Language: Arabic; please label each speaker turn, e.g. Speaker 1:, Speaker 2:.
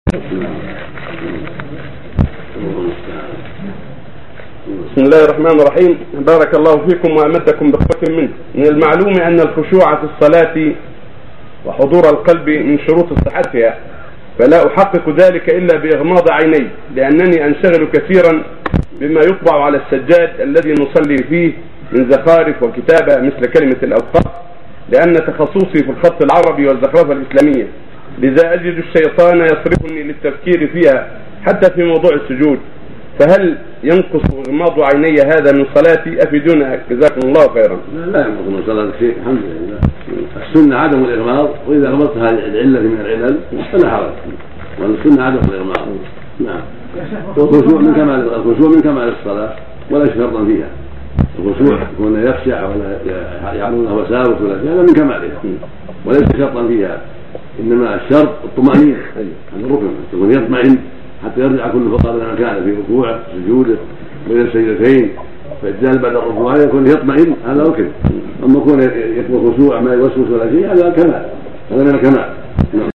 Speaker 1: بسم الله الرحمن الرحيم. بارك الله فيكم وأمدكم بقوة منه. من المعلوم أن الخشوع في الصلاة وحضور القلب من شروط صحتها، فلا أحقق ذلك إلا بإغماض عيني، لأنني أنشغل كثيرا بما يطبع على السجاد الذي نصلي فيه من زخارف وكتابة مثل كلمة الأوقاف، لأن تخصصي في الخط العربي والزخرفة الإسلامية، لذا أجد الشيطان يصرفني للتفكير فيها حتى في موضوع السجود. فهل ينقص إغماض عيني هذا من صلاتي؟ أفيدونا جزاكم الله خيرا.
Speaker 2: لا ينقص من صلاة شيء، الحمد لله. السنة عدم الإغماض، وإذا أغمضت هذه العلة من العلل فلا حرج، والسنة عدم الإغماض. نعم. والخشوع من كمال الصلاة وليس شرطا فيها. الخشوع يكون يخشع ولا يعلمه وساوس ولا شيء، هذا من كمالها وليس شرطا فيها، إنما الشرط الطمأنينة عن الركن، يكون يطمئن حتى يرجع كل فقر إلى مكانه في ركوعه سجوده بين السجدتين، فالجال بعد الركوع يكون يطمئن، هذا ركن. أما يكون يكون خشوع ما يوسوس ولا شيء، هذا كمال، هذا من الكمال.